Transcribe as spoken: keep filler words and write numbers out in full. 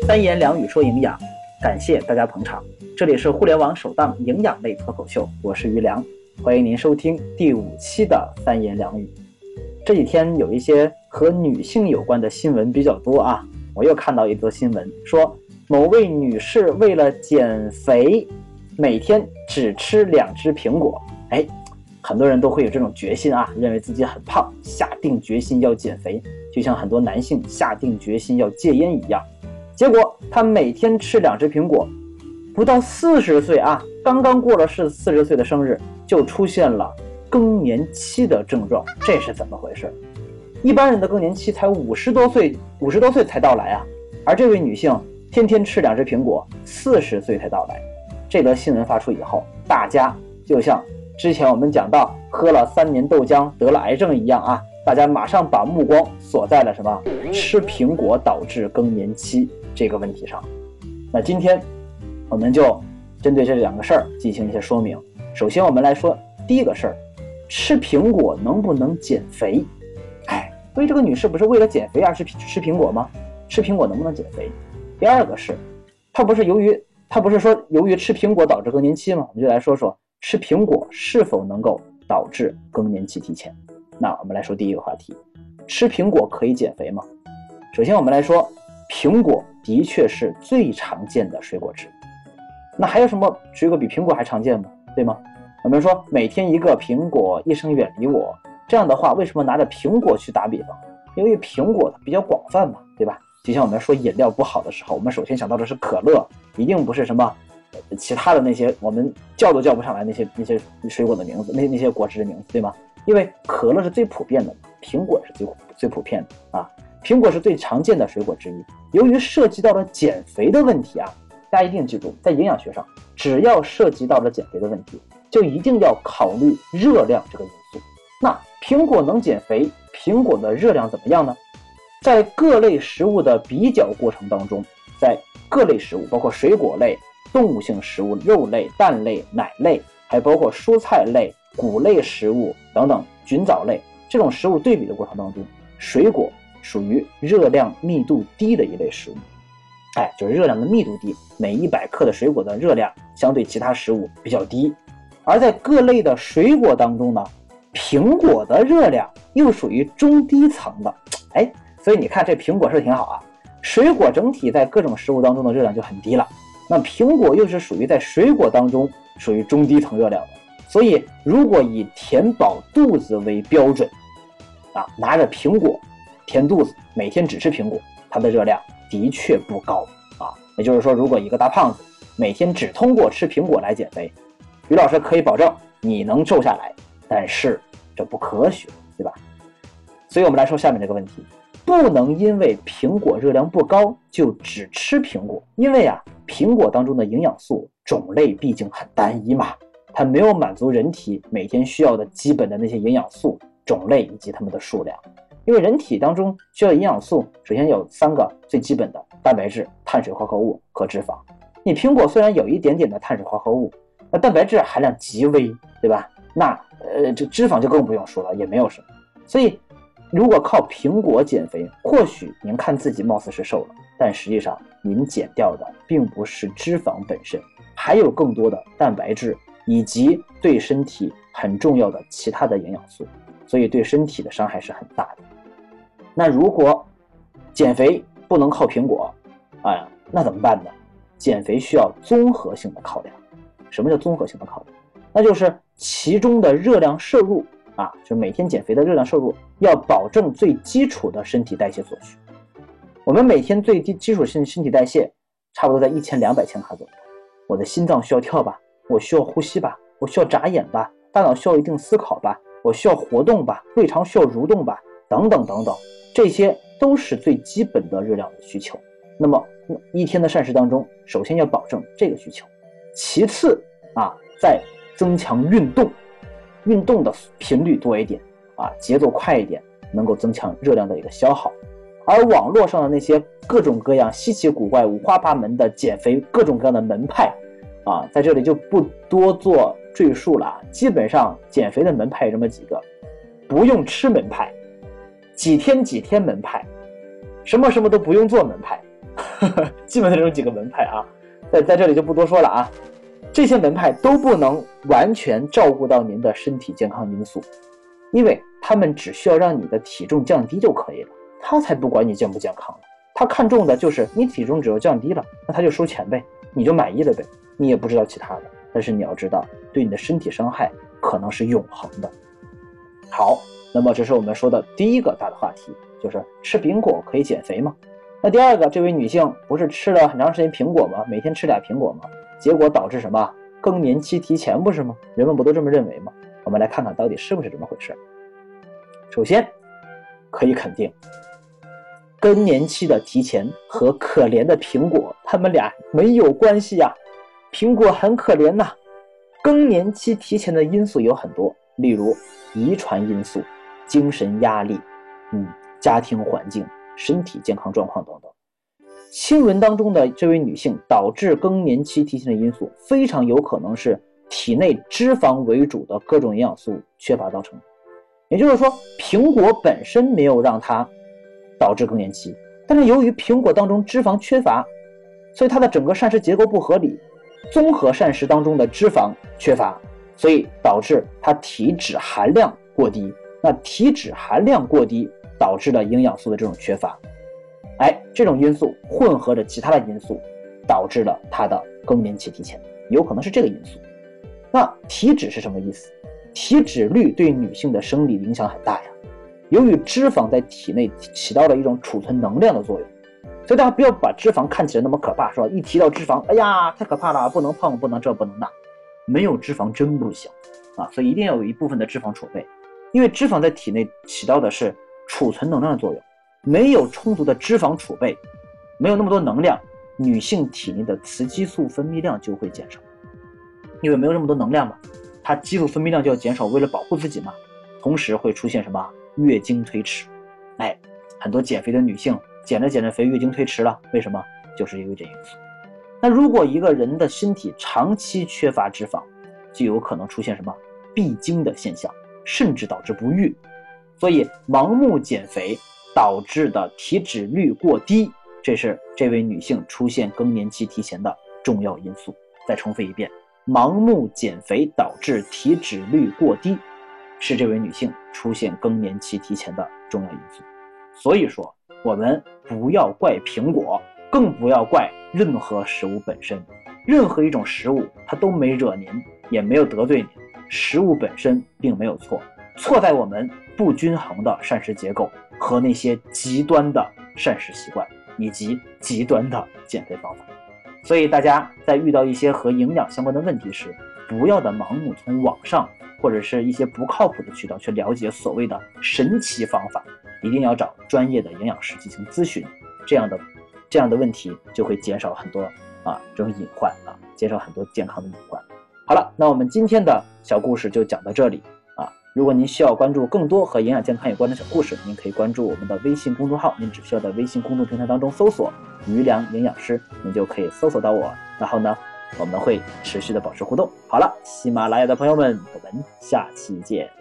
三言两语说营养，感谢大家捧场。这里是互联网首档营养类脱口秀，我是于良，欢迎您收听第五期的三言两语。这几天有一些和女性有关的新闻比较多啊，我又看到一则新闻说，某位女士为了减肥，每天只吃两只苹果。哎，很多人都会有这种决心啊，认为自己很胖，下定决心要减肥，就像很多男性下定决心要戒烟一样。结果他每天吃两只苹果，不到四十岁啊，刚刚过了是四十岁的生日，就出现了更年期的症状，这是怎么回事？一般人的更年期才五十多岁，五十多岁才到来啊，而这位女性天天吃两只苹果，四十岁才到来。这则新闻发出以后，大家就像之前我们讲到喝了三年豆浆得了癌症一样啊，大家马上把目光锁在了什么吃苹果导致更年期这个问题上。那今天我们就针对这两个事儿进行一些说明。首先我们来说第一个事儿，吃苹果能不能减肥？哎，所以这个女士不是为了减肥而吃吃苹果吗？吃苹果能不能减肥？第二个是，她不是由于她不是说由于吃苹果导致更年期吗？我们就来说说吃苹果是否能够导致更年期提前。那我们来说第一个话题，吃苹果可以减肥吗？首先我们来说，苹果的确是最常见的水果之一。那还有什么水果比苹果还常见吗？对吗？我们说每天一个苹果，一生远离我，这样的话为什么拿着苹果去打比方？因为苹果比较广泛嘛，对吧？就像我们说饮料不好的时候，我们首先想到的是可乐，一定不是什么其他的那些我们叫都叫不上来那些那些水果的名字，那那些果汁的名字，对吗？因为可乐是最普遍的，苹果是最最普遍的啊，苹果是最常见的水果之一。由于涉及到了减肥的问题啊，大家一定记住，在营养学上，只要涉及到了减肥的问题，就一定要考虑热量这个因素。那苹果能减肥，苹果的热量怎么样呢？在各类食物的比较过程当中，在各类食物，包括水果类、动物性食物、肉类、蛋类、奶类，还包括蔬菜类、谷类食物等等菌藻类，这种食物对比的过程当中，水果属于热量密度低的一类食物。哎，就是热量的密度低，每一百克的水果的热量相对其他食物比较低。而在各类的水果当中呢，苹果的热量又属于中低层的。哎，所以你看这苹果是挺好啊，水果整体在各种食物当中的热量就很低了，那苹果又是属于在水果当中属于中低层热量的。所以如果以填饱肚子为标准啊，拿着苹果填肚子，每天只吃苹果，它的热量的确不高啊。也就是说，如果一个大胖子每天只通过吃苹果来减肥，于老师可以保证你能瘦下来，但是这不科学，对吧？所以我们来说下面这个问题，不能因为苹果热量不高就只吃苹果，因为啊，苹果当中的营养素种类毕竟很单一嘛，它没有满足人体每天需要的基本的那些营养素种类以及它们的数量。因为人体当中需要营养素，首先有三个最基本的：蛋白质、碳水化合物和脂肪。你苹果虽然有一点点的碳水化合物，那蛋白质含量极微，对吧？那呃，这脂肪就更不用说了，也没有什么。所以如果靠苹果减肥，或许您看自己貌似是瘦了，但实际上您减掉的并不是脂肪本身，还有更多的蛋白质以及对身体很重要的其他的营养素，所以对身体的伤害是很大的。那如果减肥不能靠苹果啊，那怎么办呢？减肥需要综合性的考量。什么叫综合性的考量？那就是其中的热量摄入啊，就是每天减肥的热量摄入要保证最基础的身体代谢所需。我们每天最低基础身身体代谢差不多在一千两百千卡左右。我的心脏需要跳吧，我需要呼吸吧，我需要眨眼吧，大脑需要一定思考吧，我需要活动吧，胃肠需要蠕动吧，等等等等，这些都是最基本的热量的需求。那么一天的膳食当中，首先要保证这个需求，其次啊，再增强运动，运动的频率多一点啊，节奏快一点，能够增强热量的一个消耗。而网络上的那些各种各样稀奇古怪五花八门的减肥各种各样的门派啊，在这里就不多做赘述了。基本上减肥的门派有这么几个：不用吃门派，几天几天门派，什么什么都不用做门派基本的这种几个门派啊，在在这里就不多说了啊。这些门派都不能完全照顾到您的身体健康因素，因为他们只需要让你的体重降低就可以了，他才不管你健不健康了。他看重的就是你体重只要降低了，那他就收钱呗，你就满意了呗，你也不知道其他的。但是你要知道，对你的身体伤害可能是永恒的。好，那么这是我们说的第一个大的话题，就是吃苹果可以减肥吗？那第二个，这位女性不是吃了很长时间苹果吗？每天吃俩苹果吗？结果导致什么？更年期提前不是吗？人们不都这么认为吗？我们来看看到底是不是这么回事。首先可以肯定，更年期的提前和可怜的苹果他们俩没有关系呀、啊。苹果很可怜呐、啊。更年期提前的因素有很多，例如遗传因素、精神压力、嗯，家庭环境、身体健康状况等等。新闻当中的这位女性导致更年期提前的因素，非常有可能是体内脂肪为主的各种营养素缺乏造成的。也就是说，苹果本身没有让它导致更年期，但是由于苹果当中脂肪缺乏，所以它的整个膳食结构不合理，综合膳食当中的脂肪缺乏，所以导致它体脂含量过低。那体脂含量过低导致了营养素的这种缺乏，哎，这种因素混合着其他的因素，导致了它的更年期提前，有可能是这个因素。那体脂是什么意思？体脂率对女性的生理影响很大呀。由于脂肪在体内起到了一种储存能量的作用，所以大家不要把脂肪看起来那么可怕，说一提到脂肪，哎呀，太可怕了，不能碰，不能这，不能那。没有脂肪真不行啊，所以一定要有一部分的脂肪储备，因为脂肪在体内起到的是储存能量的作用。没有充足的脂肪储备，没有那么多能量，女性体内的雌激素分泌量就会减少，因为没有那么多能量嘛，它激素分泌量就要减少，为了保护自己嘛。同时会出现什么？月经推迟。哎，很多减肥的女性减着减着肥，月经推迟了，为什么？就是因为这因素。那如果一个人的身体长期缺乏脂肪，就有可能出现什么？闭经的现象，甚至导致不育。所以盲目减肥导致的体脂率过低，这是这位女性出现更年期提前的重要因素。再重复一遍，盲目减肥导致体脂率过低，是这位女性出现更年期提前的重要因素。所以说，我们不要怪苹果，更不要怪任何食物本身。任何一种食物它都没惹您，也没有得罪您，食物本身并没有错，错在我们不均衡的膳食结构和那些极端的膳食习惯以及极端的减肥方法。所以大家在遇到一些和营养相关的问题时，不要的盲目从网上或者是一些不靠谱的渠道去了解所谓的神奇方法，一定要找专业的营养师进行咨询，这样的这样的问题就会减少很多啊这种隐患啊，减少很多健康的隐患。好了，那我们今天的小故事就讲到这里啊。如果您需要关注更多和营养健康有关的小故事，您可以关注我们的微信公众号，您只需要在微信公众平台当中搜索余良营养师，您就可以搜索到我，然后呢我们会持续的保持互动。好了，喜马拉雅的朋友们，我们下期见。